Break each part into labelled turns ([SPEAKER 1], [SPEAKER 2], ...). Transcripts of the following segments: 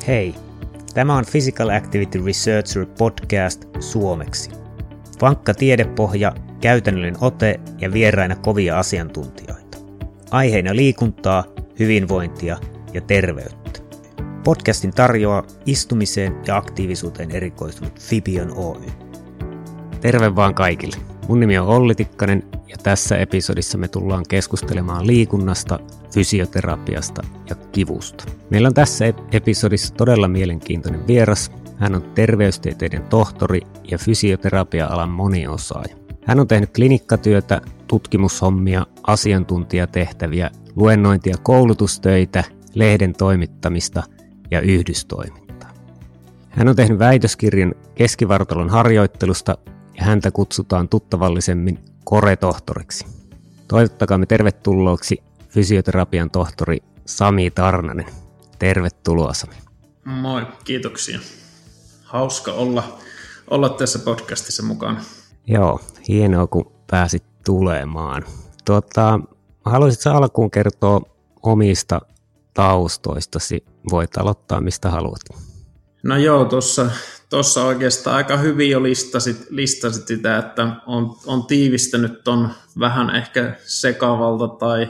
[SPEAKER 1] Hei, tämä on Physical Activity Researcher podcast suomeksi. Vankka tiedepohja, käytännöllinen ote ja vieraina kovia asiantuntijoita. Aiheina liikuntaa, hyvinvointia ja terveyttä. Podcastin tarjoaa istumiseen ja aktiivisuuteen erikoistunut Fibion Oy. Terve vaan kaikille. Mun nimi on Olli Tikkanen ja tässä episodissa me tullaan keskustelemaan liikunnasta, fysioterapiasta ja kivusta. Meillä on tässä episodissa todella mielenkiintoinen vieras. Hän on terveystieteiden tohtori ja fysioterapia-alan moniosaaja. Hän on tehnyt klinikkatyötä, tutkimushommia, asiantuntijatehtäviä, luennointia, koulutustöitä, lehden toimittamista ja yhdystoimintaa. Hän on tehnyt väitöskirjan keskivartalon harjoittelusta ja häntä kutsutaan tuttavallisemmin Kore-tohtoriksi. Toivottakaamme tervetulleeksi fysioterapian tohtori Sami Tarnanen. Tervetuloa, Sami.
[SPEAKER 2] Moi, kiitoksia. Hauska olla tässä podcastissa mukana.
[SPEAKER 1] Joo, hienoa kun pääsit tulemaan. Haluaisitko alkuun kertoa omista taustoistasi? Voit aloittaa mistä haluat.
[SPEAKER 2] No joo, tuossa oikeastaan aika hyvin jo listasit sitä, että on tiivistänyt ton vähän ehkä sekavalta tai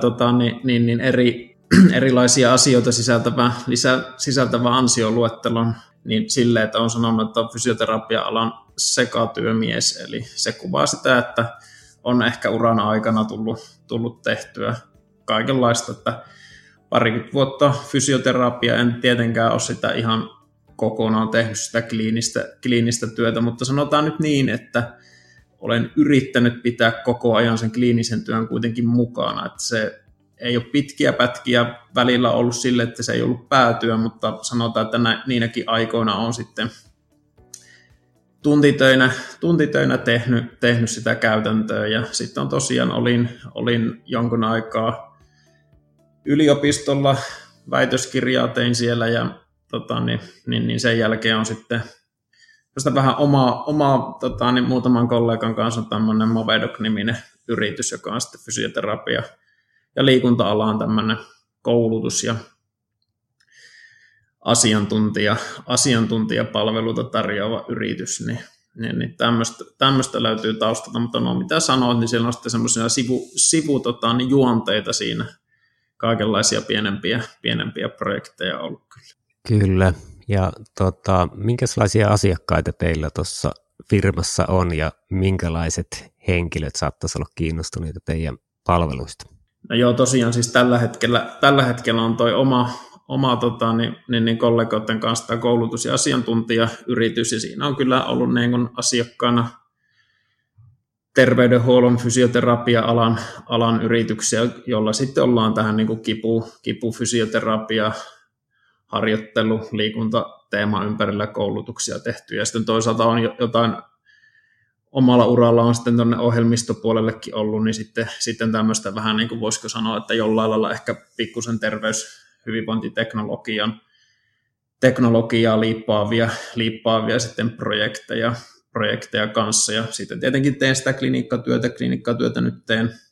[SPEAKER 2] erilaisia asioita sisältävän ansioluettelon niin silleen, että on sanonut, että on fysioterapia-alan sekatyömies, eli se kuvaa sitä, että on ehkä uran aikana tullut tehtyä kaikenlaista, että parikymmentä vuotta fysioterapiaa, en tietenkään ole sitä ihan kokonaan tehnyt sitä kliinistä työtä, mutta sanotaan nyt niin, että olen yrittänyt pitää koko ajan sen kliinisen työn kuitenkin mukana, että se ei ole pitkiä pätkiä välillä ollut sille, että se ei ollut päätyö, mutta sanotaan, että niinäkin aikoina on sitten tuntitöinä tehnyt sitä käytäntöä ja sitten on tosiaan olin jonkun aikaa yliopistolla, väitöskirjaa tein siellä ja niin sen jälkeen on sitten vähän muutaman kollegan kanssa tämmöinen Movedoc-niminen yritys, joka on sitten fysioterapia ja liikunta-alaan tämmöinen koulutus ja asiantuntijapalveluita tarjoava yritys, niin tämmöistä löytyy taustalta, mutta mitä sanoit, niin siellä on sitten semmoisia juonteita siinä, kaikenlaisia pienempiä projekteja ollut kyllä.
[SPEAKER 1] Kyllä, ja minkälaisia asiakkaita teillä tuossa firmassa on ja minkälaiset henkilöt saattaisi olla kiinnostuneita teidän palveluista?
[SPEAKER 2] No joo, tosiaan siis tällä hetkellä on toi oma kollegoiden kanssa tämä koulutus- ja asiantuntijayritys, ja siinä on kyllä ollut niin kuin asiakkaana terveydenhuollon fysioterapia-alan yrityksiä, jolla sitten ollaan tähän niin kuin kipufysioterapia, harjoittelu, liikuntateema ympärillä koulutuksia tehty, ja sitten toisaalta on jotain omalla uralla on sitten tuonne ohjelmistopuolellekin ollut, niin sitten tämmöistä vähän niin kuin voisiko sanoa, että jollain lailla ehkä pikkusen terveyshyvinvointiteknologiaa liippaavia sitten projekteja kanssa, ja sitten tietenkin teen sitä klinikkatyötä nyt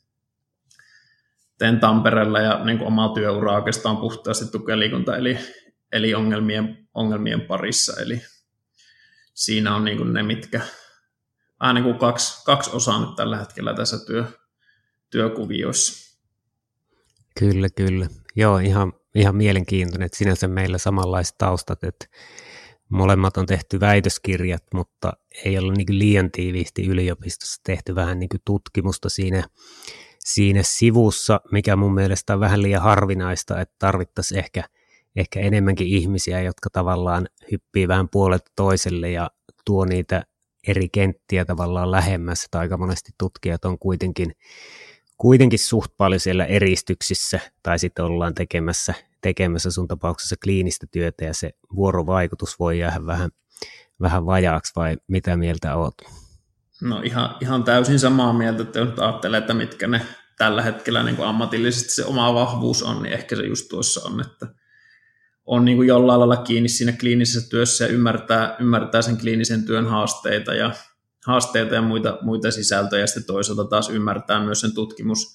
[SPEAKER 2] teen Tampereella, ja niin kuin omaa työuraa oikeastaan puhtaasti tukeliikunta, eli ongelmien parissa, eli siinä on niin kuin ne, mitkä vähän niin kuin kaksi osaa nyt tällä hetkellä tässä työkuvioissa.
[SPEAKER 1] Kyllä. Joo, ihan mielenkiintoinen, että sinänsä meillä samanlaiset taustat, että molemmat on tehty väitöskirjat, mutta ei ole niin kuin liian tiiviisti yliopistossa tehty vähän niin kuin tutkimusta siinä sivussa, mikä mun mielestä on vähän liian harvinaista, että tarvittaisiin ehkä enemmänkin ihmisiä, jotka tavallaan hyppii vähän puolelta toiselle ja tuo niitä eri kenttiä tavallaan lähemmäs, että aika monesti tutkijat on kuitenkin suht paljon siellä eristyksissä, tai sitten ollaan tekemässä sun tapauksessa kliinistä työtä, ja se vuorovaikutus voi jäädä vähän vajaaksi, vai mitä mieltä oot?
[SPEAKER 2] No ihan täysin samaa mieltä, että jos ajattelee, että mitkä ne tällä hetkellä niin kuin ammatillisesti se oma vahvuus on, niin ehkä se just tuossa on, että on niin kuin jollain lailla kiinni siinä kliinisessä työssä ja ymmärtää sen kliinisen työn haasteita ja muita sisältöjä, ja sitten toisaalta taas ymmärtää myös sen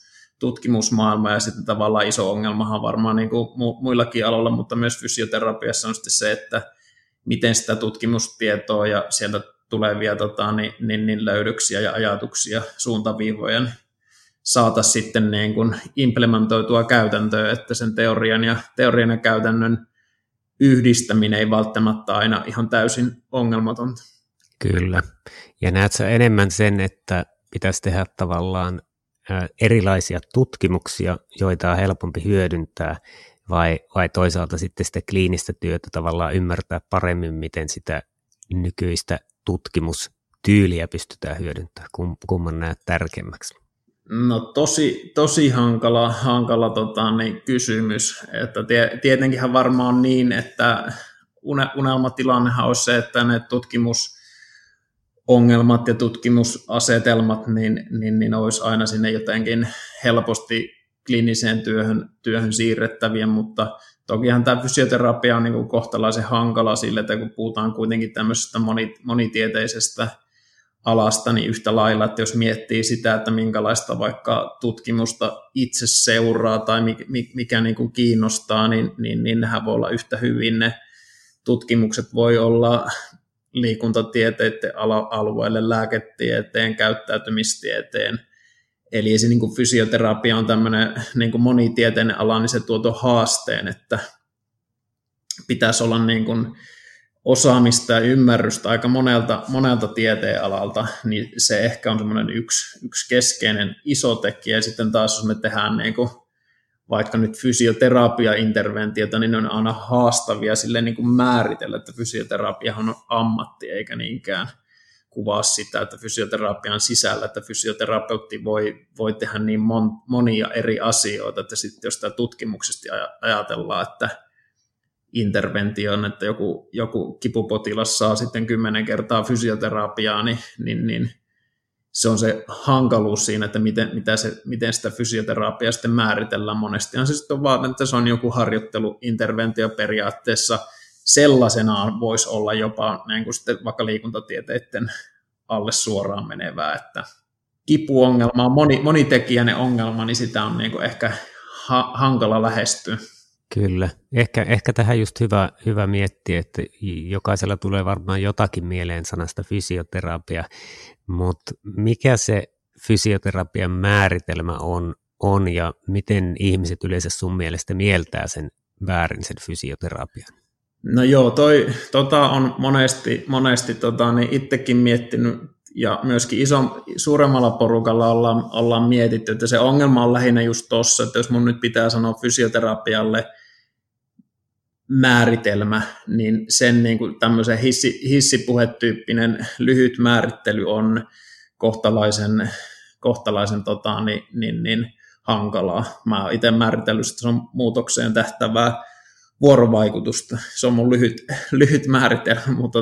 [SPEAKER 2] tutkimusmaailma ja sitten tavallaan iso ongelmahan varmaan niin kuin muillakin aloilla, mutta myös fysioterapiassa on sitten se, että miten sitä tutkimustietoa ja sieltä tulevia niin löydöksiä ja ajatuksia suuntaviivojen saata sitten niin kuin implementoitua käytäntöön, että sen teorian ja käytännön yhdistäminen ei välttämättä aina ihan täysin ongelmatonta.
[SPEAKER 1] Kyllä. Ja näet sä enemmän sen, että pitäisi tehdä tavallaan erilaisia tutkimuksia, joita on helpompi hyödyntää, vai toisaalta sitten sitä kliinistä työtä tavallaan ymmärtää paremmin, miten sitä nykyistä tutkimustyyliä pystytään hyödyntämään, kumman näet tärkeämmäksi?
[SPEAKER 2] No tosi hankala kysymys, että tietenkinhän varmaan on niin, että unelmatilannehan on se, että ne tutkimusongelmat ja tutkimusasetelmat niin olisi aina sinne jotenkin helposti kliiniseen työhön siirrettäviä, mutta tokihan tämä fysioterapia on niin kuin kohtalaisen hankala sille, että kun puhutaan kuitenkin tämmöisestä monitieteisestä alasta, niin yhtä lailla, että jos miettii sitä, että minkälaista vaikka tutkimusta itse seuraa tai mikä niin kuin kiinnostaa, niin nehän voi olla yhtä hyvin. Ne tutkimukset voi olla liikuntatieteiden alueelle, lääketieteen, käyttäytymistieteen. Eli se niin kuin fysioterapia on tämmöinen niin kuin monitieteinen ala, niin se tuo haasteen, että pitäisi olla niin kuin osaamista ja ymmärrystä aika monelta tieteenalalta, niin se ehkä on semmoinen yksi keskeinen iso tekijä. Ja sitten taas, jos me tehdään niin kuin vaikka nyt fysioterapia-interventiota, niin ne on aina haastavia silleen niin kuin määritellä, että fysioterapiahan on ammatti, eikä niinkään kuvaa sitä, että fysioterapian sisällä, että fysioterapeutti voi tehdä niin monia eri asioita, että sitten jos sitä tutkimuksesti ajatellaan, että intervention, että joku kipupotilas saa sitten 10 kertaa fysioterapiaa, niin se on se hankaluus siinä, että miten sitä fysioterapiaa sitten määritellään. Monestihan se sitten on vaan, että se on joku harjoitteluinterventio periaatteessa. Sellaisenaan voisi olla jopa niin kuin sitten vaikka liikuntatieteiden alle suoraan menevää, että kipuongelma on monitekijäinen ongelma, niin sitä on niin kuin ehkä hankala lähestyä.
[SPEAKER 1] Kyllä. Ehkä tähän just hyvä miettiä, että jokaisella tulee varmaan jotakin mieleen sanasta fysioterapia, mutta mikä se fysioterapian määritelmä on ja miten ihmiset yleensä sun mielestä mieltää sen väärin sen fysioterapian?
[SPEAKER 2] No joo, on monesti niin itsekin miettinyt ja myöskin suuremmalla porukalla ollaan mietitty, että se ongelma on lähinnä just tuossa, että jos mun nyt pitää sanoa fysioterapialle määritelmä, niin sen niin kuin tämmöisen hissipuhetyyppinen lyhyt määrittely on kohtalaisen hankalaa. Mä oon itse määritellyt, että se on muutokseen tähtävää vuorovaikutusta. Se on mun lyhyt määritelmä, mutta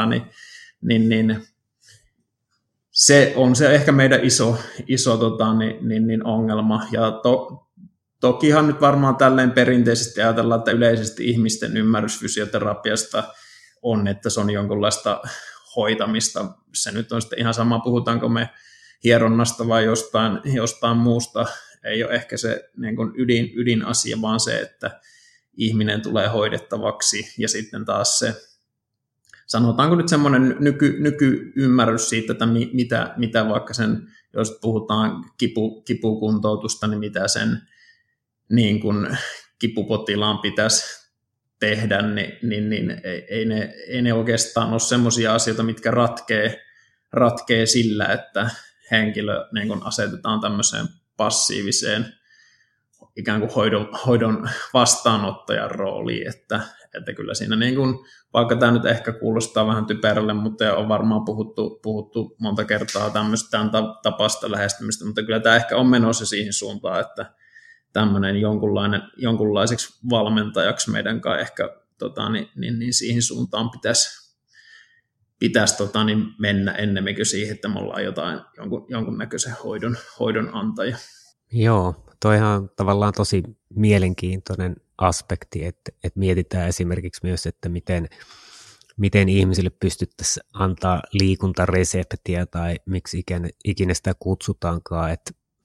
[SPEAKER 2] se on se ehkä meidän iso ongelma. Ja tokihan nyt varmaan tälleen perinteisesti ajatellaan, että yleisesti ihmisten ymmärrys fysioterapiasta on, että se on jonkunlaista hoitamista. Se nyt on sitten ihan sama, puhutaanko me hieronnasta vai jostain muusta. Ei ole ehkä se niin kuin ydinasia, vaan se, että ihminen tulee hoidettavaksi ja sitten taas se, sanotaanko nyt semmoinen nykyymmärrys siitä, että mitä vaikka sen, jos puhutaan kipukuntoutusta, niin mitä sen niin kuin kipupotilaan pitäisi tehdä, niin ei ne oikeastaan ole semmoisia asioita, mitkä ratkee sillä, että henkilö niin kuin asetetaan tämmöiseen passiiviseen ikään kuin hoidon vastaanottajan rooliin, että kyllä siinä niin kuin, vaikka tämä nyt ehkä kuulostaa vähän typerälle, mutta on varmaan puhuttu monta kertaa tämän tapaista lähestymistä, mutta kyllä tämä ehkä on menossa siihen suuntaan, että tämmöinen jonkunlaiseksi valmentajaksi meidän kai ehkä niin siihen suuntaan pitäisi mennä ennemminkin siihen, että me ollaan jonkunnäköisen hoidon antaja.
[SPEAKER 1] Joo, toihan on tavallaan tosi mielenkiintoinen aspekti, että mietitään esimerkiksi myös, että miten ihmisille pystyttäisiin antaa liikuntareseptiä tai miksi ikinä sitä kutsutaankaan, että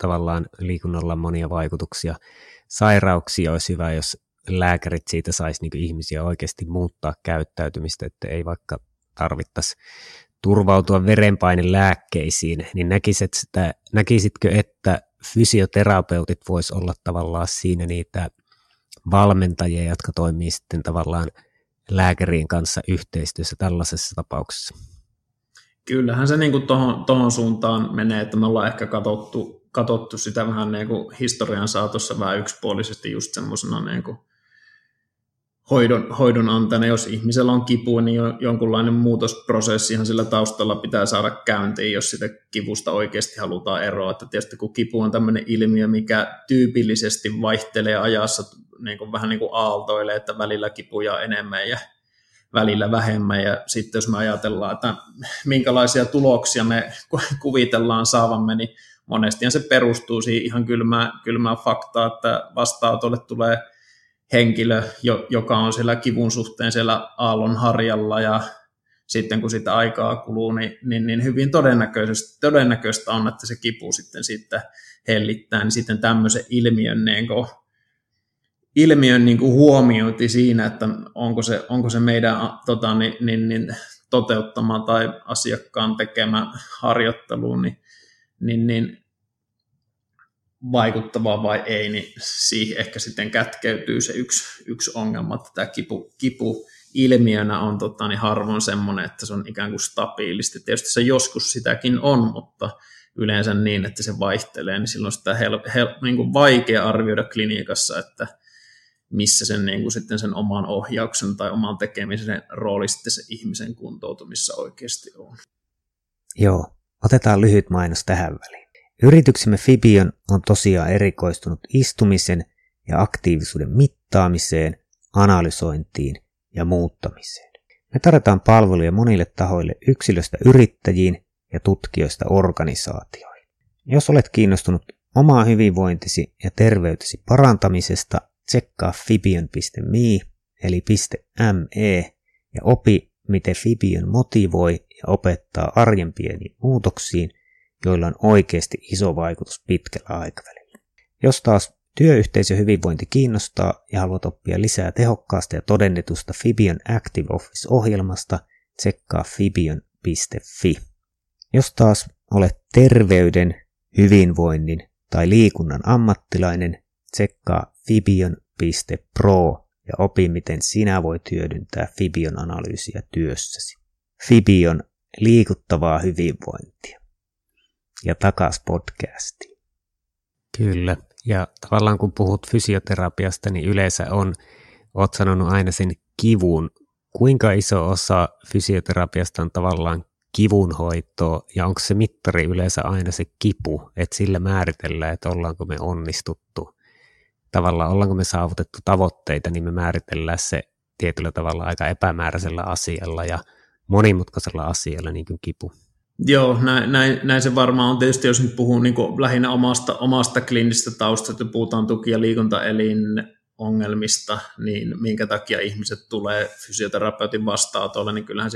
[SPEAKER 1] tavallaan liikunnalla on monia vaikutuksia. Sairauksia olisi hyvä, jos lääkärit siitä saisi niin ihmisiä oikeasti muuttaa käyttäytymistä, että ei vaikka tarvittaisi turvautua verenpainelääkkeisiin, niin näkisitkö, että fysioterapeutit vois olla tavallaan siinä niitä valmentajia, jotka toimii sitten tavallaan lääkärien kanssa yhteistyössä tällaisessa tapauksessa?
[SPEAKER 2] Kyllähän se niin kuin tohon suuntaan menee, että me ollaan ehkä katsottu sitä vähän niin kuin historian saatossa vähän yksipuolisesti just semmoisena niin kuin hoidon antajana. Jos ihmisellä on kipu, niin jonkunlainen muutosprosessihan sillä taustalla pitää saada käyntiin, jos sitä kivusta oikeasti halutaan eroa. Että tietysti kun kipu on tämmöinen ilmiö, mikä tyypillisesti vaihtelee ajassa, niin kuin vähän niin kuin aaltoilee, että välillä kipuja enemmän ja välillä vähemmän. Ja sitten jos me ajatellaan, että minkälaisia tuloksia me kuvitellaan saavamme, niin monestihan se perustuu siihen ihan kylmään faktaan, että vastaanotolle tulee henkilö, joka on siellä kivun suhteen siellä aallonharjalla, ja sitten kun sitä aikaa kuluu, niin hyvin todennäköistä on, että se kipu sitten hellittää, niin sitten tämmöisen ilmiön niin kuin huomiointi siinä, että onko se meidän toteuttama tai asiakkaan tekemä harjoittelu niin vaikuttavaa vai ei, niin siihen ehkä sitten kätkeytyy se yksi ongelma, että tämä kipu ilmiönä on harvoin semmoinen, että se on ikään kuin stabiilisti. Tietysti se joskus sitäkin on, mutta yleensä niin, että se vaihtelee, niin silloin sitä niin kuin vaikea arvioida klinikassa, että missä sen, niin kuin sitten sen oman ohjauksen tai oman tekemisen rooli sitten se ihmisen kuntoutumissa oikeasti on.
[SPEAKER 1] Joo, otetaan lyhyt mainos tähän väliin. Yrityksemme Fibion on tosiaan erikoistunut istumisen ja aktiivisuuden mittaamiseen, analysointiin ja muuttamiseen. Me tarjotaan palveluja monille tahoille yksilöstä yrittäjiin ja tutkijoista organisaatioihin. Jos olet kiinnostunut omaa hyvinvointisi ja terveytesi parantamisesta, tsekkaa fibion.me eli .me ja opi, miten Fibion motivoi ja opettaa arjen pieniin muutoksiin, joilla on oikeasti iso vaikutus pitkällä aikavälillä. Jos taas työyhteisön hyvinvointi kiinnostaa ja haluat oppia lisää tehokkaasta ja todennetusta Fibion Active Office-ohjelmasta, tsekkaa fibion.fi. Jos taas olet terveyden, hyvinvoinnin tai liikunnan ammattilainen, tsekkaa fibion.pro ja opi, miten sinä voit hyödyntää Fibion-analyysiä työssäsi. Fibion, liikuttavaa hyvinvointia. Ja takas podcastiin. Kyllä, ja tavallaan kun puhut fysioterapiasta, niin yleensä oot sanonut aina sen kivun. Kuinka iso osa fysioterapiasta on tavallaan kivunhoitoa, ja onko se mittari yleensä aina se kipu, että sillä määritellään, että ollaanko me onnistuttu. Tavallaan ollaanko me saavutettu tavoitteita, niin me määritellään se tietyllä tavalla aika epämääräisellä asialla ja monimutkaisella asialla, niin kuin kipu.
[SPEAKER 2] Joo, näin se varmaan on. Tietysti jos nyt puhuu niin kuin lähinnä omasta kliinisestä taustasta, että puhutaan tuki- ja liikuntaelinongelmista, niin minkä takia ihmiset tulee fysioterapeutin vastaanotolle, niin kyllähän se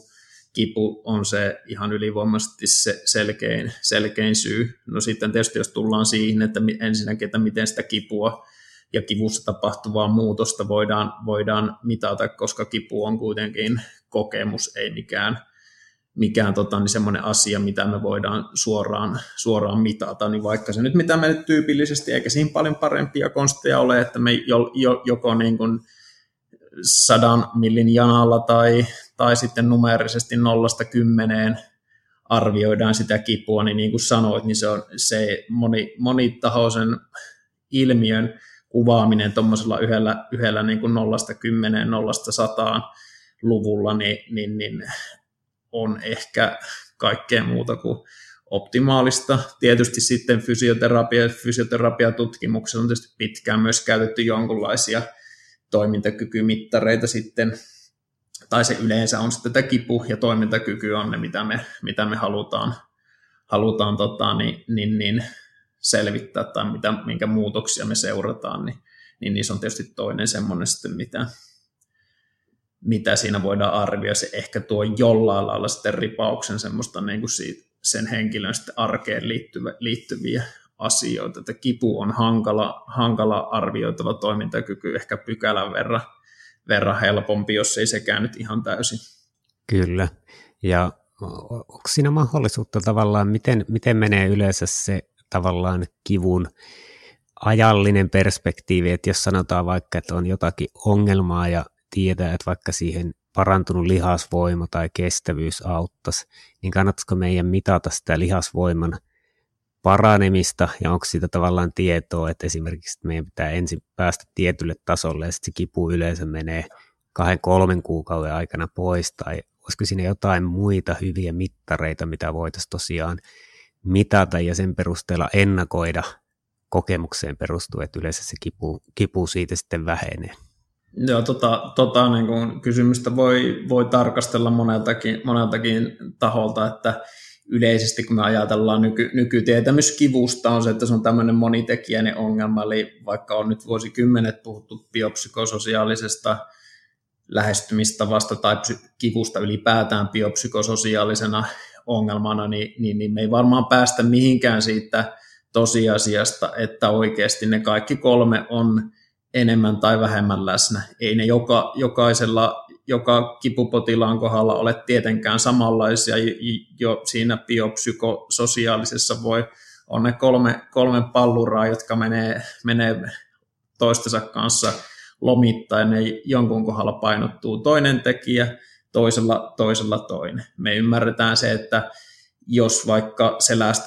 [SPEAKER 2] kipu on se ihan ylivoimaisesti se selkein syy. No sitten tietysti jos tullaan siihen, että ensinnäkin, että miten sitä kipua ja kivussa tapahtuvaa muutosta voidaan mitata, koska kipu on kuitenkin kokemus, ei mikään niin semmoinen asia, mitä me voidaan suoraan mitata, niin vaikka se nyt mitä me nyt tyypillisesti, eikä siinä paljon parempia konsteja ole, että me joko niin kuin 100 millin janalla tai sitten numerisesti 0-10 arvioidaan sitä kipua, niin kuin sanoit, niin se on se monitahoisen ilmiön kuvaaminen tuommoisella yhdellä niin kuin 0-10, 0-100 luvulla, niin on ehkä kaikkea muuta kuin optimaalista. Tietysti sitten fysioterapiatutkimuksessa on tietysti pitkään myös käytetty jonkinlaisia toimintakykymittareita sitten, tai se yleensä on sitten tätä kipu ja toimintakyky on ne, mitä me halutaan selvittää tai minkä muutoksia me seurataan, niin niissä on tietysti toinen semmoinen sitten, mitä siinä voidaan arvioida, se ehkä tuo jollain lailla sitten ripauksen semmoista niin kuin sen henkilön sitten arkeen liittyviä asioita, että kipu on hankala arvioitava toimintakyky, ehkä pykälän verran helpompi, jos ei sekään nyt ihan täysin.
[SPEAKER 1] Kyllä, ja onko siinä mahdollisuutta tavallaan, miten menee yleensä se tavallaan kivun ajallinen perspektiivi, että jos sanotaan vaikka, että on jotakin ongelmaa ja tietää, että vaikka siihen parantunut lihasvoima tai kestävyys auttaisi, niin kannattaisiko meidän mitata sitä lihasvoiman paranemista ja onko siitä tavallaan tietoa, että esimerkiksi meidän pitää ensin päästä tietylle tasolle ja sitten se kipu yleensä menee 2-3 kuukauden aikana pois tai olisiko siinä jotain muita hyviä mittareita, mitä voitaisiin tosiaan mitata ja sen perusteella ennakoida kokemukseen perustuen, että yleensä se kipu siitä sitten vähenee.
[SPEAKER 2] Joo, niin kuin kysymystä voi tarkastella moneltakin taholta, että yleisesti kun me ajatellaan nykytietämys kivusta on se, että se on tämmöinen monitekijäinen ongelma, eli vaikka on nyt vuosikymmenet puhuttu biopsykososiaalisesta lähestymistavasta tai kivusta ylipäätään biopsykososiaalisena ongelmana, niin me ei varmaan päästä mihinkään siitä tosiasiasta, että oikeasti ne kaikki 3 on enemmän tai vähemmän läsnä. Ei ne joka kipupotilaan kohdalla ole tietenkään samanlaisia. Jo siinä biopsykososiaalisessa on ne kolme palluraa, jotka menee toistensa kanssa lomittain. Ne jonkun kohdalla painottuu toinen tekijä, toisella toinen. Me ymmärretään se, että jos vaikka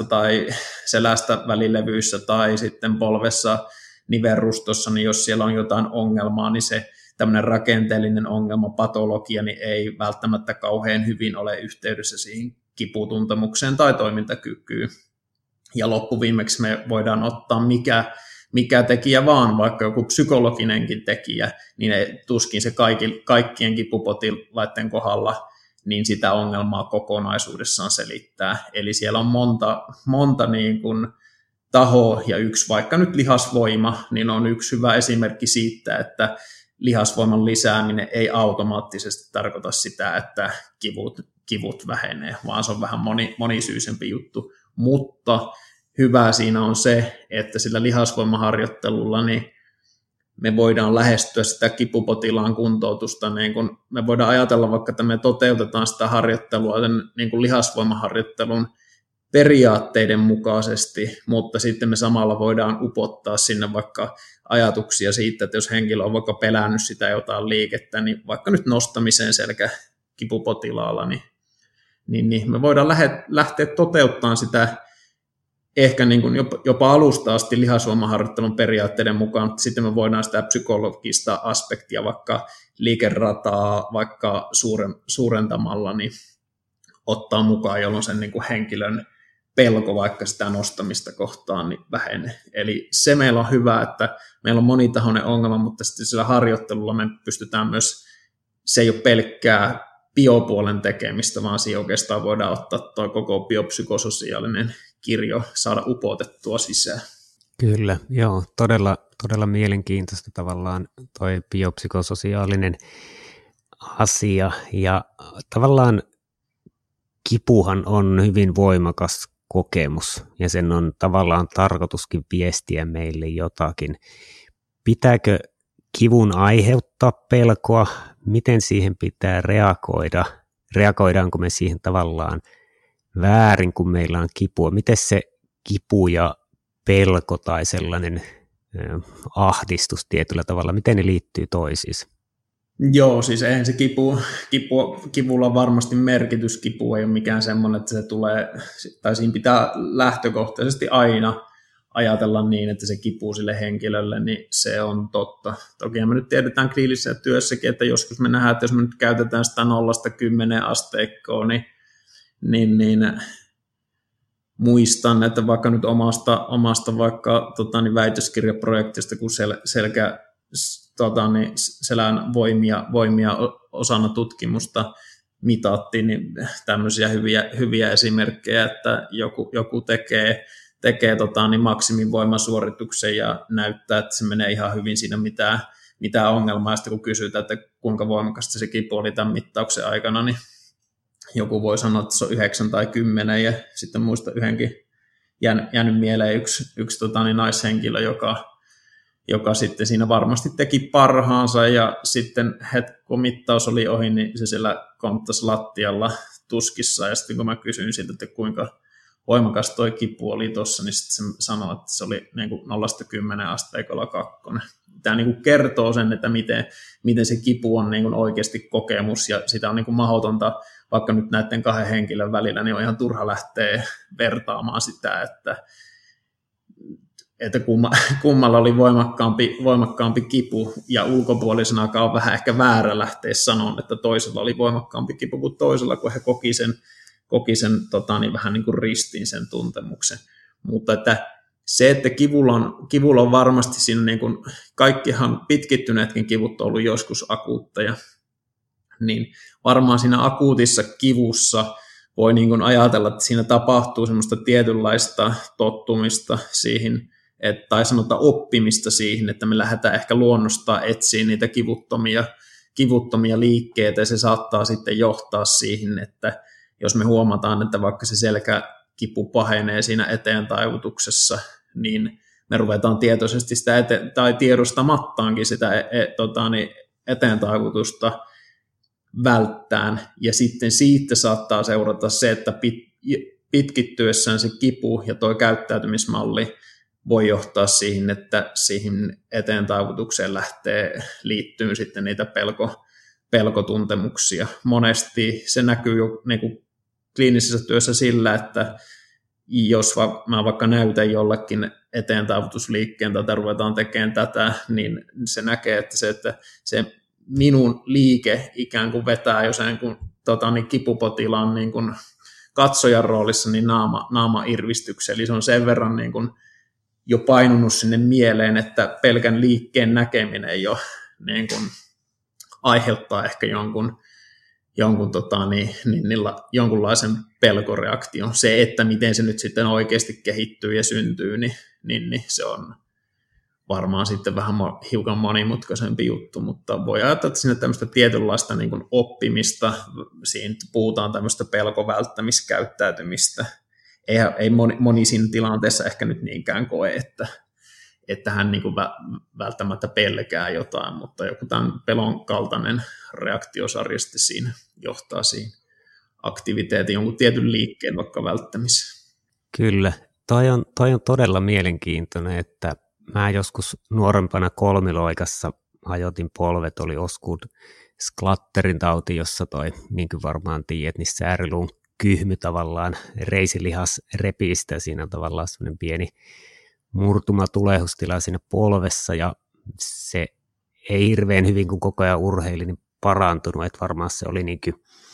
[SPEAKER 2] selästä välilevyissä tai sitten polvessa nivelrustossa, niin jos siellä on jotain ongelmaa, niin se tämmöinen rakenteellinen ongelma, patologia, niin ei välttämättä kauhean hyvin ole yhteydessä siihen kiputuntemukseen tai toimintakykyyn. Ja loppuviimeksi me voidaan ottaa mikä tekijä vaan, vaikka joku psykologinenkin tekijä, niin tuskin se kaikkien kipupotilaiden kohdalla niin sitä ongelmaa kokonaisuudessaan selittää. Eli siellä on monta niin kuin taho ja yksi vaikka nyt lihasvoima, niin on yksi hyvä esimerkki siitä, että lihasvoiman lisääminen ei automaattisesti tarkoita sitä, että kivut vähenee, vaan se on vähän monisyisempi juttu. Mutta hyvä siinä on se, että sillä lihasvoimaharjoittelulla niin me voidaan lähestyä sitä kipupotilaan kuntoutusta, niin kun me voidaan ajatella vaikka, että me toteutetaan sitä harjoittelua niin kuin lihasvoimaharjoittelun periaatteiden mukaisesti, mutta sitten me samalla voidaan upottaa sinne vaikka ajatuksia siitä, että jos henkilö on vaikka pelännyt sitä jotain liikettä, niin vaikka nyt nostamiseen selkäkipupotilaalla, niin me voidaan lähteä toteuttamaan sitä ehkä niin kuin jopa alusta asti lihasvoimaharjoittelun periaatteiden mukaan, mutta sitten me voidaan sitä psykologista aspektia, vaikka liikerataa, vaikka suurentamalla, niin ottaa mukaan, jolloin sen niin kuin henkilön pelko vaikka sitä nostamista kohtaan niin vähenee. Eli se meillä on hyvä, että meillä on monitahoinen ongelma, mutta sitten sillä harjoittelulla me pystytään myös, se ei ole pelkkää biopuolen tekemistä, vaan siihen oikeastaan voidaan ottaa tuo koko biopsykososiaalinen kirjo, saada upotettua sisään.
[SPEAKER 1] Kyllä, joo, todella mielenkiintoista tavallaan toi biopsykososiaalinen asia, ja tavallaan kipuhan on hyvin voimakas kokemus, ja sen on tavallaan tarkoituskin viestiä meille jotakin. Pitääkö kivun aiheuttaa pelkoa? Miten siihen pitää reagoida? Reagoidaanko me siihen tavallaan väärin, kun meillä on kipua? Miten se kipu ja pelko tai sellainen ahdistus tietyllä tavalla, miten ne liittyy toisiinsa?
[SPEAKER 2] Joo, siis eihän se kivulla on varmasti merkitys. Kipu ei ole mikään semmoinen, että se tulee, tai siinä pitää lähtökohtaisesti aina ajatella niin, että se kipuu sille henkilölle, niin se on totta. Toki me nyt tiedetään kliinisessä työssäkin, että joskus me nähdään, että jos me nyt käytetään sitä 0-10 asteikkoa, niin muistan, että vaikka nyt omasta vaikka väitöskirjaprojektista, kun selän voimia osana tutkimusta mitattiin, niin tämmöisiä hyviä esimerkkejä, että joku tekee maksimivoimasuorituksen ja näyttää, että se menee ihan hyvin siinä mitään ongelmaa. Ja sitten kun kysytään, että kuinka voimakasta se kipu oli tämän mittauksen aikana, niin joku voi sanoa, että se on 9 tai 10, ja sitten muista jäänyt mieleen yksi naishenkilö, joka sitten siinä varmasti teki parhaansa, ja sitten kun mittaus oli ohi, niin se siellä konttasi lattialla tuskissa, ja sitten kun mä kysyin siltä, että kuinka voimakas toi kipu oli tuossa, niin sitten se sanoi, että se oli niin kuin 0-10 asteikolla 2. Tämä niin kuin kertoo sen, että miten se kipu on niin kuin oikeasti kokemus, ja sitä on niin kuin mahdotonta, vaikka nyt näiden 2 henkilön välillä, niin on ihan turha lähteä vertaamaan sitä, että kummalla oli voimakkaampi kipu, ja ulkopuolisenakaan on vähän ehkä väärä lähteä sanomaan, että toisella oli voimakkaampi kipu kuin toisella, kun he koki sen vähän niin kuin ristiin sen tuntemuksen. Mutta että se, että kivulla on varmasti siinä, niin kuin, kaikkihan pitkittyneetkin kivut on ollut joskus akuutteja, niin varmaan siinä akuutissa kivussa voi niin kuin ajatella, että siinä tapahtuu semmoista tietynlaista tottumista siihen, tai sanotaan oppimista siihen, että me lähdetään ehkä luonnostaan etsiä niitä kivuttomia liikkeitä, ja se saattaa sitten johtaa siihen, että jos me huomataan, että vaikka se selkäkipu pahenee siinä eteentaivutuksessa, niin me ruvetaan tietoisesti sitä tai tiedostamattaankin sitä eteentaivutusta välttään, ja sitten siitä saattaa seurata se, että pitkittyessään se kipu ja tuo käyttäytymismalli voi johtaa siihen, että siihen eteentaivutukseen liittyy sitten niitä pelkotuntemuksia. Monesti se näkyy jo niin kuin kliinisessä työssä sillä, että jos mä vaikka näytän jollekin eteentaivutusliikkeen tai ruvetaan tekemään tätä, niin se näkee, että se minun liike ikään kuin vetää jo sen kipupotilaan niin kuin katsojan roolissa niin naama irvistykseen. Eli se on sen verran niin kuin jo painunut sinne mieleen, että pelkän liikkeen näkeminen jo niin kuin aiheuttaa ehkä jonkunlaisen pelkoreaktion. Se, että miten se nyt sitten oikeasti kehittyy ja syntyy, niin se on varmaan sitten vähän hiukan monimutkaisempi juttu, mutta voi ajatella, että siinä tämmöistä tietynlaista niin kuin oppimista, siinä puhutaan tämmöistä pelkovälttämiskäyttäytymistä. Ei moni siinä tilanteessa ehkä nyt niinkään koe, että hän niin kuin välttämättä pelkää jotain, mutta joku tämän pelon kaltainen reaktiosarja siinä johtaa siihen aktiviteetin, jonkun tietyn liikkeen vaikka välttämiseen.
[SPEAKER 1] Kyllä, toi on todella mielenkiintoinen, että mä joskus nuorempana kolmiloikassa hajotin polvet, oli Osgood Schlatterin tauti, jossa niin kuin varmaan tiedät, niin sääriluun kyhmy tavallaan, reisilihas repii sitä, siinä on tavallaan semmoinen pieni murtuma tulehustila siinä polvessa, ja se ei hirveän hyvin, kun koko ajan urheili, niin parantunut, että varmaan se oli niin kuin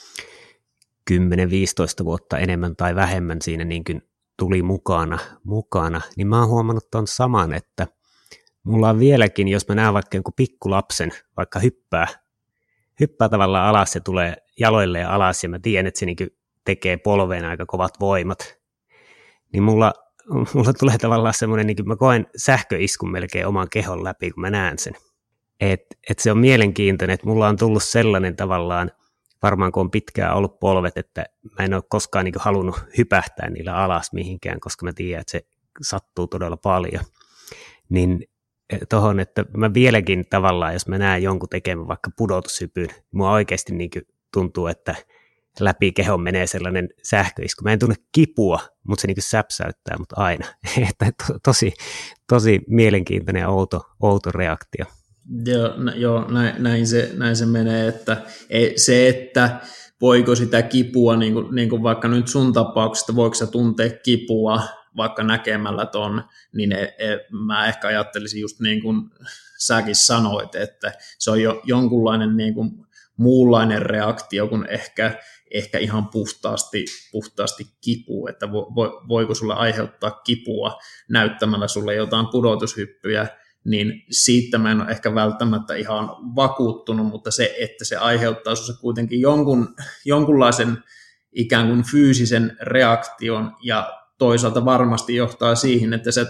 [SPEAKER 1] 10-15 vuotta enemmän tai vähemmän siinä niin kuin tuli mukana, niin mä oon huomannut tuon saman, että mulla on vieläkin, jos mä näen vaikka jonkun pikkulapsen, vaikka hyppää tavallaan alas, se tulee jaloille ja alas, ja mä tiedän, että se niin kuin tekee polveen aika kovat voimat, niin mulla tulee tavallaan semmoinen, niin kuin mä koen sähköiskun melkein oman kehon läpi, kun mä näen sen. Et se on mielenkiintoinen, että mulla on tullut sellainen tavallaan, varmaan kun on pitkään ollut polvet, että mä en ole koskaan niin kuin halunnut hypähtää niillä alas mihinkään, koska mä tiedän, että se sattuu todella paljon. Niin tohon, että mä vieläkin tavallaan, jos mä näen jonkun tekemään vaikka pudotushypyn, niin mua oikeasti niin kuin tuntuu, että läpi kehon menee sellainen sähköisku. Mä en tunne kipua, mutta se niin kuin säpsäyttää mut aina. Että tosi mielenkiintoinen ja outo reaktio.
[SPEAKER 2] Joo, näin se menee, että se, että voiko sitä kipua, niin kuin vaikka nyt sun tapauksesta, voiko sä tuntea kipua vaikka näkemällä ton, niin mä ehkä ajattelisin just niin kuin säkin sanoit, että se on jo jonkunlainen niin kuin muunlainen reaktio kuin ehkä ihan puhtaasti kipu, että voiko sulle aiheuttaa kipua näyttämällä sulle jotain pudotushyppyjä, niin siitä mä en ole ehkä välttämättä ihan vakuuttunut, mutta se, että se aiheuttaa sinulle kuitenkin jonkunlaisen ikään kuin fyysisen reaktion, ja toisaalta varmasti johtaa siihen, että se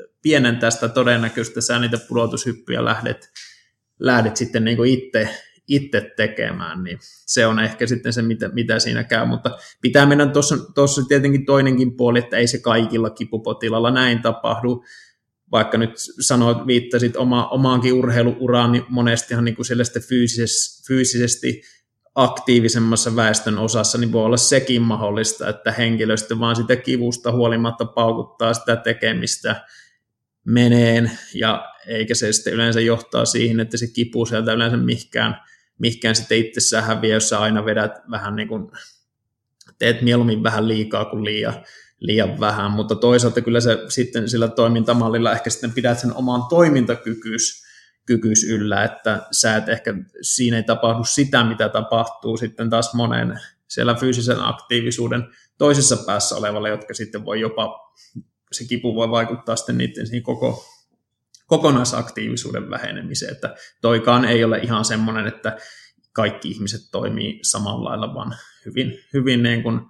[SPEAKER 2] pienentää sitä todennäköistä, että sä niitä pudotushyppyjä lähdet sitten niin kuin itse tekemään, niin se on ehkä sitten se, mitä siinä käy, mutta pitää mennä tuossa tietenkin toinenkin puoli, että ei se kaikilla kipupotilalla näin tapahdu, vaikka nyt viittasit omaankin urheiluuraan, niin monestihan niin kuin fyysisesti aktiivisemmassa väestön osassa, niin voi olla sekin mahdollista, että henkilöstö vaan sitä kivusta huolimatta paukuttaa sitä tekemistä meneen, ja eikä se sitten yleensä johtaa siihen, että se kipu sieltä yleensä mihinkään sitten itsessään häviää, jos sä aina vedät vähän niin kuin, teet mieluummin vähän liikaa kuin liian vähän, mutta toisaalta kyllä se sitten sillä toimintamallilla ehkä sitten pidät sen oman toimintakykyys yllä, että sä et ehkä, siinä ei tapahdu sitä, mitä tapahtuu sitten taas monen siellä fyysisen aktiivisuuden toisessa päässä olevalle, jotka sitten voi jopa, se kipu voi vaikuttaa sitten niiden siihen kokonaisaktiivisuuden vähenemiseen, että toikaan ei ole ihan semmoinen, että kaikki ihmiset toimii samalla lailla, vaan hyvin niin kuin,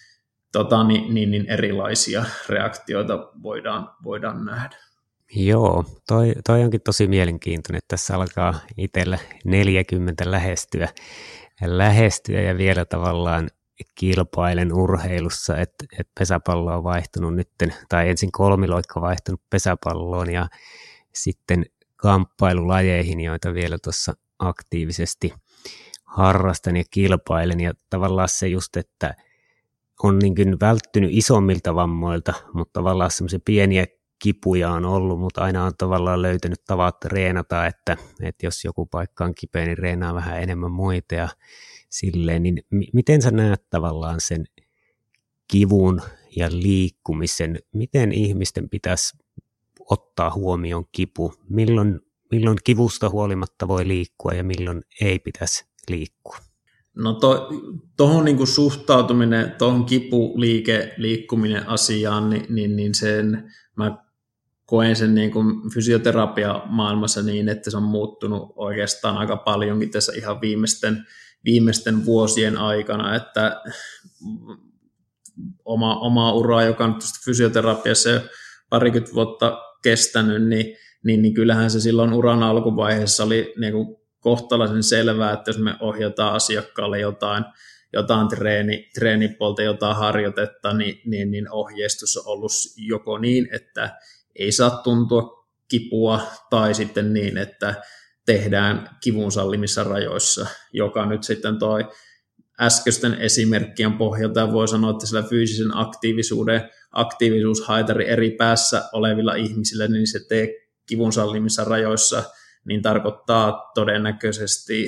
[SPEAKER 2] niin erilaisia reaktioita voidaan nähdä.
[SPEAKER 1] Joo, toi onkin tosi mielenkiintoinen, että tässä alkaa itsellä 40 lähestyä ja vielä tavallaan kilpailen urheilussa, että pesäpallo on vaihtunut nyt, tai ensin kolmiloikka vaihtunut pesäpalloon ja sitten kamppailulajeihin, joita vielä tuossa aktiivisesti harrastan ja kilpailen, ja tavallaan se just, että on niin kuin välttynyt isommilta vammoilta, mutta tavallaan semmoisia pieniä kipuja on ollut, mutta aina on tavallaan löytänyt tavat treenata, että jos joku paikka on kipeä, niin treenaa vähän enemmän muita ja silleen, niin miten sä näet tavallaan sen kivun ja liikkumisen, miten ihmisten pitäisi ottaa huomioon kipu, milloin kivusta huolimatta voi liikkua ja milloin ei pitäisi liikkua?
[SPEAKER 2] No tuohon niinku suhtautuminen, tuohon liikkuminen asiaan, niin sen mä koen sen niinku fysioterapia-maailmassa niin, että se on muuttunut oikeastaan aika paljonkin tässä ihan viimeisten vuosien aikana, että oma ura, joka on fysioterapiassa jo parikymmentä vuotta kestänyt, niin kyllähän se silloin uran alkuvaiheessa oli niinku kohtalaisen selvää, että jos me ohjataan asiakkaalle jotain treenipuolta, jotain harjoitetta, niin ohjeistus on ollut joko niin, että ei saa tuntua kipua, tai sitten niin, että tehdään kivun sallimissa rajoissa, joka nyt sitten toi äskeisten esimerkkien pohjalta voi sanoa, että sillä fyysisen aktiivisuushaitari eri päässä olevilla ihmisillä, niin se tee kivun sallimissa rajoissa, niin tarkoittaa todennäköisesti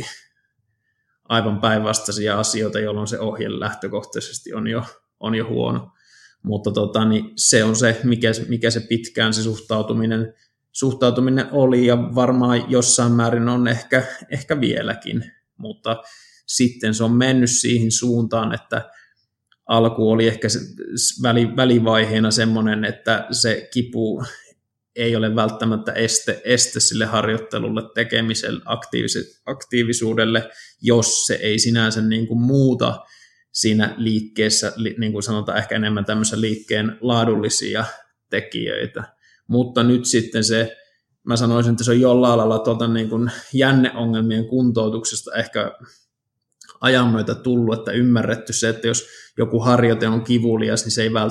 [SPEAKER 2] aivan päinvastaisia asioita, jolloin se ohje lähtökohtaisesti on jo huono. Mutta niin se on se, mikä se pitkään se suhtautuminen oli, ja varmaan jossain määrin on ehkä vieläkin, mutta sitten se on mennyt siihen suuntaan, että alku oli ehkä välivaiheena semmoinen, että se kipu ei ole välttämättä este sille harjoittelulle, tekemiselle, aktiivisuudelle, jos se ei sinänsä niin kuin muuta siinä liikkeessä, niin kuin sanotaan ehkä enemmän tämmöisen liikkeen laadullisia tekijöitä. Mutta nyt sitten mä sanoisin, että se on jollain lailla niin kuin jänneongelmien kuntoutuksesta ehkä ajan myötä tullut, että ymmärretty se, että jos joku harjoite on kivulias, niin se ei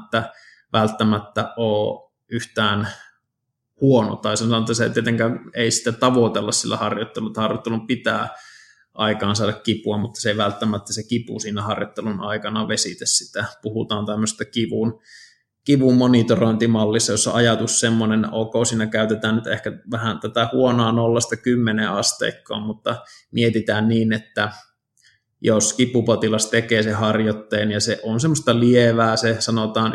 [SPEAKER 2] välttämättä ole yhtään huono, tai sanotaan, että se tietenkään ei sitä tavoitella sillä harjoittelulla, että harjoittelun pitää aikaan saada kipua, mutta se ei välttämättä se kipu siinä harjoittelun aikana vesitä sitä. Puhutaan tämmöistä kivun monitorointimallissa, jossa ajatus semmoinen, ok, siinä käytetään nyt ehkä vähän tätä huonoa 0–10 asteikkoa, mutta mietitään niin, että jos kipupotilas tekee sen harjoitteen ja se on semmoista lievää, se sanotaan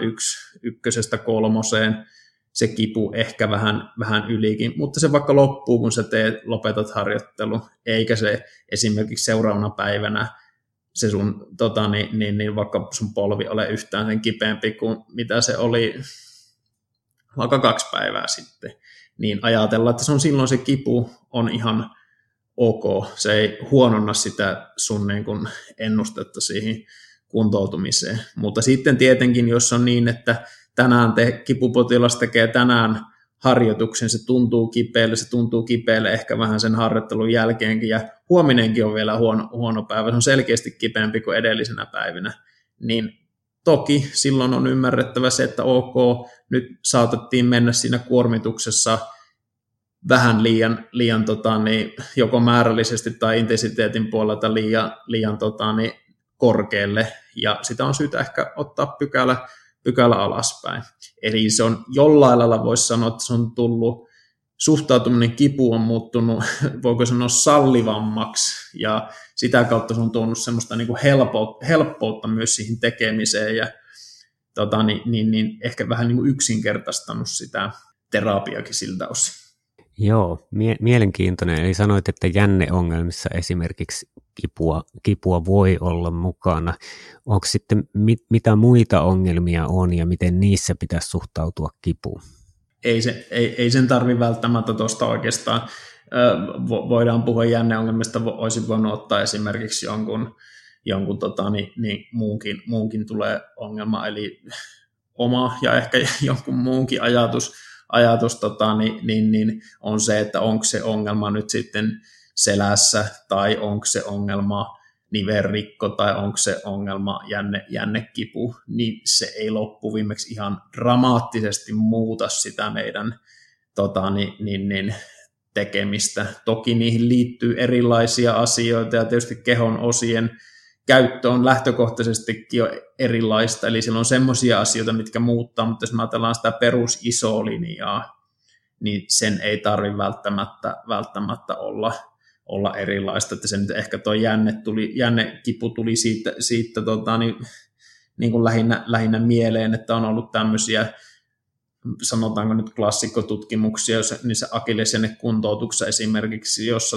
[SPEAKER 2] 1–3, se kipu ehkä vähän ylikin, mutta se vaikka loppuu, kun sä lopetat harjoittelu, eikä se esimerkiksi seuraavana päivänä se sun, vaikka sun polvi ole yhtään sen kipeämpi kuin mitä se oli vaikka 2 päivää sitten, niin ajatellaan, että silloin se kipu on ihan ok, se ei huononna sitä sun niin kuin ennustetta siihen kuntoutumiseen, mutta sitten tietenkin, jos on niin, että kipupotilas tekee tänään harjoituksen, se tuntuu kipeälle ehkä vähän sen harjoittelun jälkeenkin, ja huominenkin on vielä huono päivä, se on selkeästi kipeämpi kuin edellisenä päivinä, niin toki silloin on ymmärrettävä se, että ok, nyt saatettiin mennä siinä kuormituksessa vähän liian joko määrällisesti tai intensiteetin puolelta liian korkealle, ja sitä on syytä ehkä ottaa pykälä alaspäin. Eli se on jollain lailla voisi sanoa, että se on tullut, suhtautuminen kipuun on muuttunut, voiko sanoa sallivammaksi, ja sitä kautta se on tuonut semmoista niin kuin helppoutta myös siihen tekemiseen, ja ehkä vähän niin kuin yksinkertaistanut sitä terapiakin siltä osin.
[SPEAKER 1] Joo, mielenkiintoinen. Eli sanoit, että jänneongelmissa esimerkiksi kipua voi olla mukana. Onko sitten mitä muita ongelmia on ja miten niissä pitäisi suhtautua kipuun?
[SPEAKER 2] Ei sen tarvitse välttämättä tuosta oikeastaan. Voidaan puhua jänneongelmista, olisin voinut ottaa esimerkiksi jonkun muunkin tulee ongelma, eli oma ja ehkä jonkun muunkin ajatus on se, että onko se ongelma nyt sitten selässä, tai onko se ongelma nivelrikko, tai onko se ongelma jännekipu, niin se ei loppuviimeksi ihan dramaattisesti muuta sitä meidän tekemistä. Toki niihin liittyy erilaisia asioita, ja tietysti kehon osien käyttö on lähtökohtaisestikin jo erilaista, eli siellä on semmoisia asioita, mitkä muuttaa, mutta jos me ajatellaan sitä perusisoa linjaa, niin sen ei tarvitse välttämättä olla erilaista, että se nyt ehkä tuo jännekipu tuli siitä niin kuin lähinnä mieleen, että on ollut tämmöisiä, sanotaanko nyt klassikkotutkimuksia, niissä akillesjännekuntoutuksessa esimerkiksi, jossa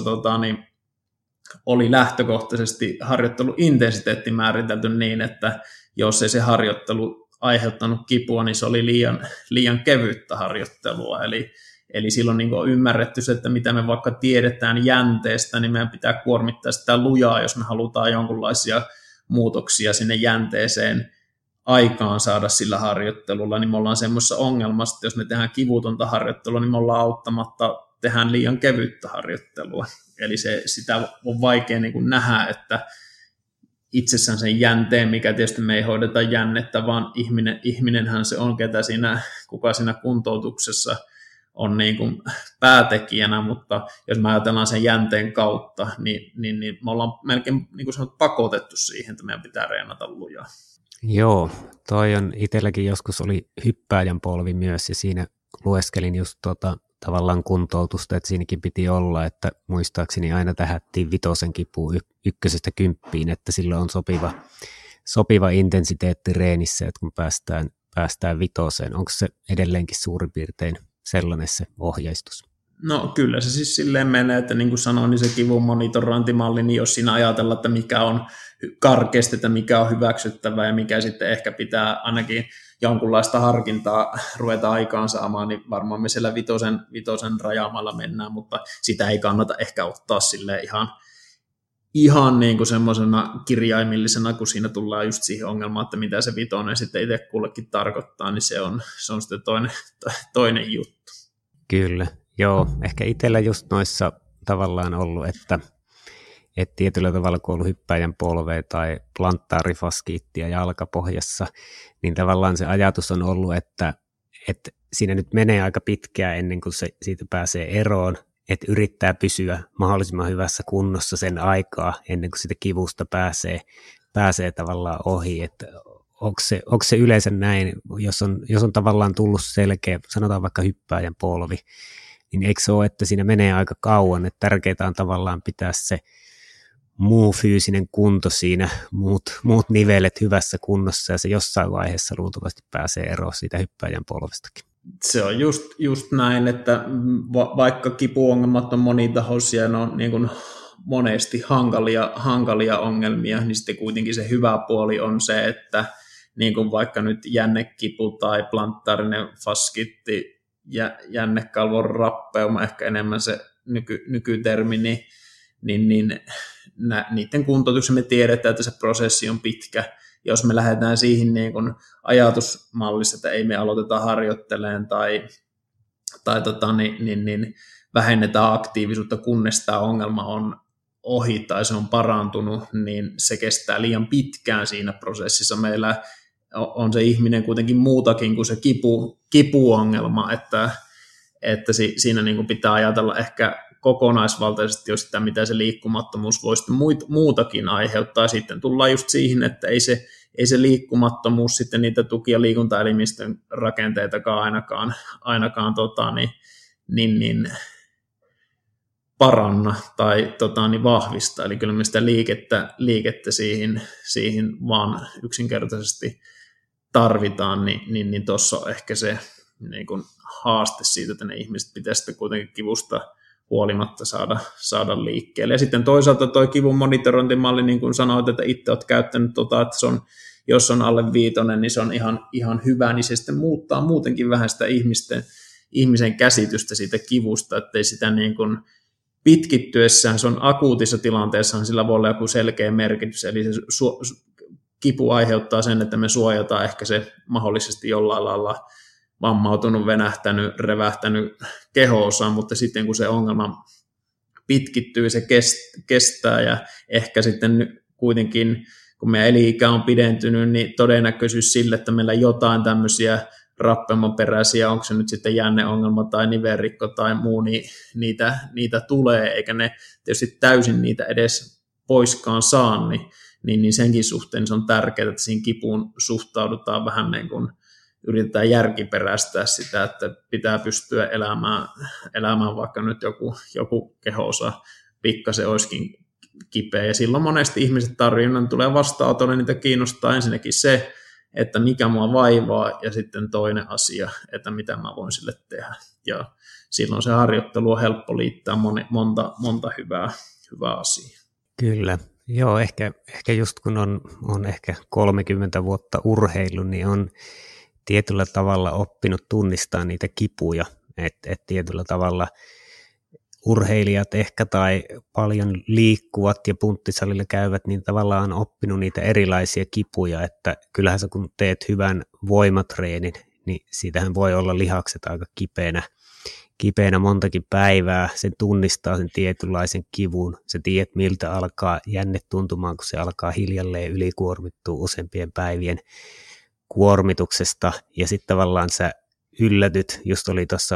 [SPEAKER 2] oli lähtökohtaisesti harjoitteluintensiteetti määritelty niin, että jos ei se harjoittelu aiheuttanut kipua, niin se oli liian kevyttä harjoittelua. Eli silloin niin on ymmärretty se, että mitä me vaikka tiedetään jänteestä, niin meidän pitää kuormittaa sitä lujaa, jos me halutaan jonkinlaisia muutoksia sinne jänteeseen aikaan saada sillä harjoittelulla, niin me ollaan semmoisessa ongelmassa, että jos me tehdään kivutonta harjoittelua, niin me ollaan auttamatta tehdään liian kevyttä harjoittelua. Eli sitä on vaikea niin kuin nähdä, että itsessään sen jänteen, mikä tietysti me ei hoideta jännettä, vaan ihminenhän se on, kuka siinä kuntoutuksessa on niin kuin päätekijänä, mutta jos me ajatellaan sen jänteen kautta, niin me ollaan melkein niin kuin sanot, pakotettu siihen, että meidän pitää reenata lujaa.
[SPEAKER 1] Joo, toi on itselläkin joskus oli hyppääjän polvi myös, ja siinä lueskelin just tavallaan kuntoutusta, että siinäkin piti olla, että muistaakseni aina tähättiin 5 kipuun 1–10, että silloin on sopiva intensiteetti reenissä, että kun päästään 5, onko se edelleenkin suurin piirtein sellainen se ohjeistus?
[SPEAKER 2] No kyllä se siis silleen menee, että niin kuin sanoin, niin se kivun monitorointimalli, niin jos siinä ajatellaan, että mikä on karkeasti, että mikä on hyväksyttävää ja mikä sitten ehkä pitää ainakin jonkunlaista harkintaa ruveta aikaan saamaan, niin varmaan me siellä 5 rajaamalla mennään, mutta sitä ei kannata ehkä ottaa silleen ihan niin kuin semmoisena kirjaimillisena, kun siinä tullaan just siihen ongelmaan, että mitä se 5 sitten itse kullekin tarkoittaa, niin se on sitten toinen juttu.
[SPEAKER 1] Kyllä, joo. Ehkä itsellä just noissa tavallaan ollut, että tietyllä tavalla kun on ollut hyppäjän polvea tai plantaarifaskiittia jalkapohjassa, niin tavallaan se ajatus on ollut, että siinä nyt menee aika pitkään ennen kuin se siitä pääsee eroon, että yrittää pysyä mahdollisimman hyvässä kunnossa sen aikaa ennen kuin sitä kivusta pääsee tavallaan ohi, että onko se yleensä näin, jos on tavallaan tullut selkeä, sanotaan vaikka hyppääjän polvi, niin eikö se ole, että siinä menee aika kauan, että tärkeää on tavallaan pitää se muu fyysinen kunto siinä, muut nivelet hyvässä kunnossa, ja se jossain vaiheessa luultavasti pääsee eroon siitä hyppääjän polvestakin.
[SPEAKER 2] Se on just näin, että vaikka kipuongelmat on monitahoisia ja ne on niin kuin monesti hankalia ongelmia, niin sitten kuitenkin se hyvä puoli on se, että niin kuin vaikka nyt jännekipu tai plantaarinen faskiitti, jännekalvon rappeuma, ehkä enemmän se nykytermi, niin niiden kuntoutuksen me tiedetään, että se prosessi on pitkä. Jos me lähdetään siihen niin kuin ajatusmallissa, että ei me aloiteta harjoittelemaan vähennetään aktiivisuutta, kunnes tämä ongelma on ohi tai se on parantunut, niin se kestää liian pitkään siinä prosessissa. Meillä on se ihminen kuitenkin muutakin kuin se kipuongelma, että siinä niin kuin pitää ajatella ehkä kokonaisvaltaisesti jo sitä, mitä se liikkumattomuus voi sitten muutakin aiheuttaa. Sitten tullaan just siihen, että ei se liikkumattomuus sitten niitä tuki- ja liikuntaelimistön rakenteitakaan ainakaan paranna tai vahvista. Eli kyllä me sitä liikettä siihen vaan yksinkertaisesti tarvitaan, niin tuossa on ehkä se niin kuin haaste siitä, että ne ihmiset pitäisi sitten kuitenkin kivusta huolimatta saada liikkeelle. Ja sitten toisaalta tuo kivun monitorointimalli, niin kuin sanoit, että itse olet käyttänyt, että se on, jos on alle 5, niin se on ihan hyvä, niin se sitten muuttaa muutenkin vähän sitä ihmisen käsitystä siitä kivusta, ettei sitä niin kuin pitkittyessään, se on akuutissa tilanteessa, sillä voi olla joku selkeä merkitys, eli se kipu aiheuttaa sen, että me suojataan ehkä se mahdollisesti jollain lailla vammautunut, venähtänyt, revähtänyt keho-osa, mutta sitten kun se ongelma pitkittyy, se kestää ja ehkä sitten kuitenkin, kun meidän elinikä on pidentynyt, niin todennäköisyys sille, että meillä jotain tämmöisiä rappeumaperäisiä, onko se nyt sitten jänneongelma tai nivelrikko tai muu, niin niitä tulee, eikä ne tietysti täysin niitä edes poiskaan saa, niin senkin suhteen se on tärkeää, että siihen kipuun suhtaudutaan vähän niin kuin yritetään järkiperäistää sitä, että pitää pystyä elämään vaikka nyt joku keho-osa pikkasen olisikin kipeä. Ja silloin monesti ihmiset tarvinnut tulee vastaanotolle, niitä kiinnostaa ensinnäkin se, että mikä mua vaivaa, ja sitten toinen asia, että mitä mä voin sille tehdä. Ja silloin se harjoittelu on helppo liittää monta hyvää asiaa.
[SPEAKER 1] Kyllä. Joo, ehkä just kun on ehkä 30 vuotta urheillut, niin on tietyllä tavalla oppinut tunnistaa niitä kipuja, että tietyllä tavalla urheilijat ehkä tai paljon liikkuvat ja punttisalilla käyvät, niin tavallaan on oppinut niitä erilaisia kipuja, että kyllähän sä kun teet hyvän voimatreenin, niin siitähän voi olla lihakset aika kipeänä montakin päivää, sen tunnistaa sen tietynlaisen kivun, sä tiedät miltä alkaa jänne tuntumaan, kun se alkaa hiljalleen ylikuormittua useampien päivien kuormituksesta, ja sitten tavallaan sä yllätyt, just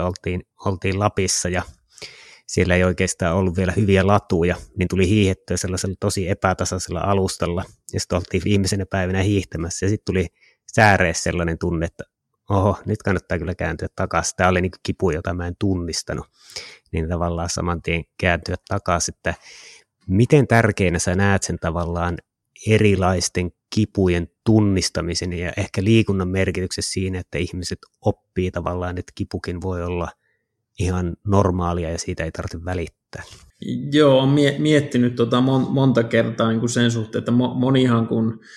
[SPEAKER 1] oltiin Lapissa, ja siellä ei oikeastaan ollut vielä hyviä latuja, niin tuli hiihettyä sellaisella tosi epätasaisella alustalla, ja sitten oltiin viimeisenä päivänä hiihtämässä, ja sitten tuli sääreessä sellainen tunne, että oho, nyt kannattaa kyllä kääntyä takaisin, tämä oli niin kuin kipu, jota mä en tunnistanut, niin tavallaan saman tien kääntyä takaisin, että miten tärkeänä sä näet sen tavallaan erilaisten kipujen tunnistamisen ja ehkä liikunnan merkityksessä siinä, että ihmiset oppii tavallaan, että kipukin voi olla ihan normaalia ja siitä ei tarvitse välittää.
[SPEAKER 2] Joo, olen miettinyt monta kertaa niin kuin sen suhteen, että monihan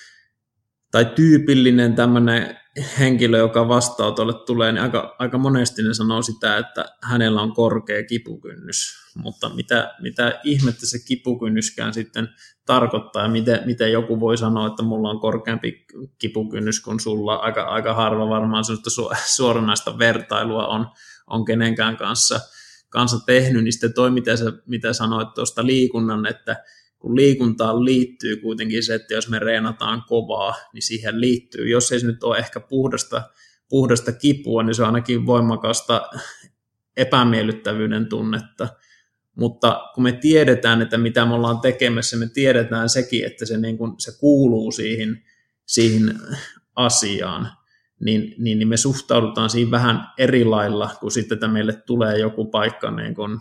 [SPEAKER 2] tai tyypillinen tämmöinen henkilö, joka vastaanotolle tulee, niin aika monesti ne sanoo sitä, että hänellä on korkea kipukynnys, mutta mitä ihmettä se kipukynnyskään sitten tarkoittaa, ja miten joku voi sanoa, että mulla on korkeampi kipukynnys kuin sulla, aika harva varmaan sellaista suoranaista vertailua on kenenkään kanssa tehnyt, niin sitten toi, mitä sanoit tuosta liikunnan, että kun liikuntaan liittyy kuitenkin se, että jos me reenataan kovaa, niin siihen liittyy, jos ei se nyt ole ehkä puhdasta kipua, niin se on ainakin voimakasta epämiellyttävyyden tunnetta. Mutta kun me tiedetään, että mitä me ollaan tekemässä, me tiedetään sekin, että se kuuluu siihen asiaan, niin me suhtaudutaan siihen vähän eri lailla, kun sitten, että meille tulee joku paikka niin kuin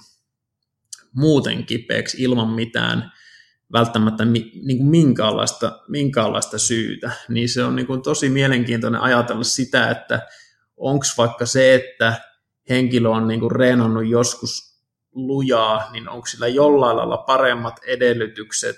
[SPEAKER 2] muuten kipeäksi ilman mitään välttämättä niin kuin minkäänlaista syytä, niin se on niin kuin tosi mielenkiintoinen ajatella sitä, että onko vaikka se, että henkilö on niin kuin reenannut joskus lujaa, niin onko sillä jollain lailla paremmat edellytykset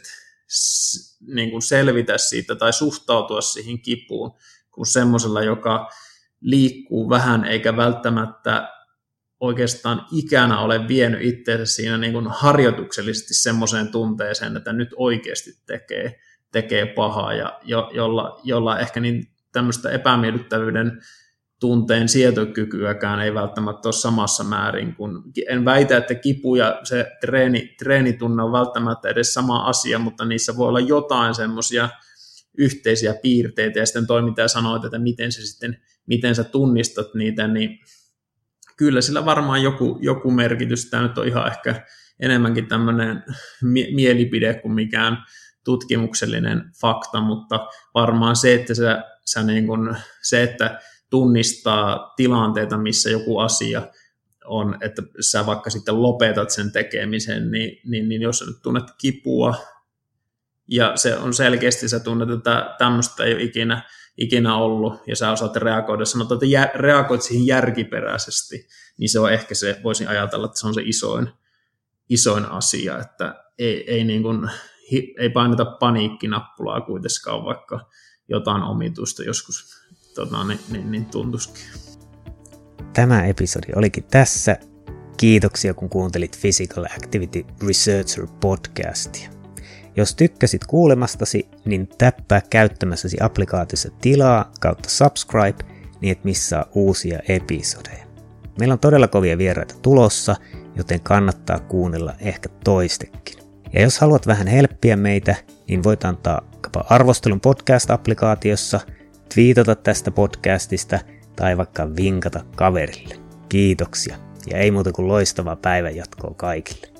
[SPEAKER 2] niin kuin selvitä siitä tai suhtautua siihen kipuun kuin semmoisella, joka liikkuu vähän eikä välttämättä oikeastaan ikänä ole vienyt itseensä siinä niin kuin harjoituksellisesti semmoiseen tunteeseen, että nyt oikeasti tekee pahaa ja jolla ehkä niin tämmöistä epämiellyttävyyden tunteen sietokykyäkään ei välttämättä ole samassa määrin, kun en väitä, että kipu ja se treenitunne on välttämättä edes sama asia, mutta niissä voi olla jotain semmoisia yhteisiä piirteitä, ja sitten toi, mitä sanoit, että miten sä tunnistat niitä, niin kyllä sillä varmaan joku merkitys. Tämä nyt on ihan ehkä enemmänkin tämmöinen mielipide kuin mikään tutkimuksellinen fakta, mutta varmaan se, että se, että tunnistaa tilanteita, missä joku asia on, että sä vaikka sitten lopetat sen tekemisen, niin jos sä nyt tunnet kipua, ja se on selkeästi, sä tunnet, että tämmöistä ei ole ikinä ollut, ja sä osaat reagoida, sanotaan, että reagoit siihen järkiperäisesti, niin se on ehkä se, voisin ajatella, että se on se isoin asia, että ei paineta paniikkinappulaa kuitenkaan, vaikka jotain omituista joskus niin tuntuisikin.
[SPEAKER 1] Tämä episodi olikin tässä. Kiitoksia, kun kuuntelit Physical Activity Researcher podcastia. Jos tykkäsit kuulemastasi, niin täppää käyttämässäsi applikaatiossa tilaa kautta subscribe, niin et missaa uusia episodeja. Meillä on todella kovia vieraita tulossa, joten kannattaa kuunnella ehkä toistekin. Ja jos haluat vähän helppiä meitä, niin voit antaa arvostelun podcast-applikaatiossa, twiitata tästä podcastista tai vaikka vinkata kaverille. Kiitoksia ja ei muuta kuin loistavaa päivänjatkoa kaikille.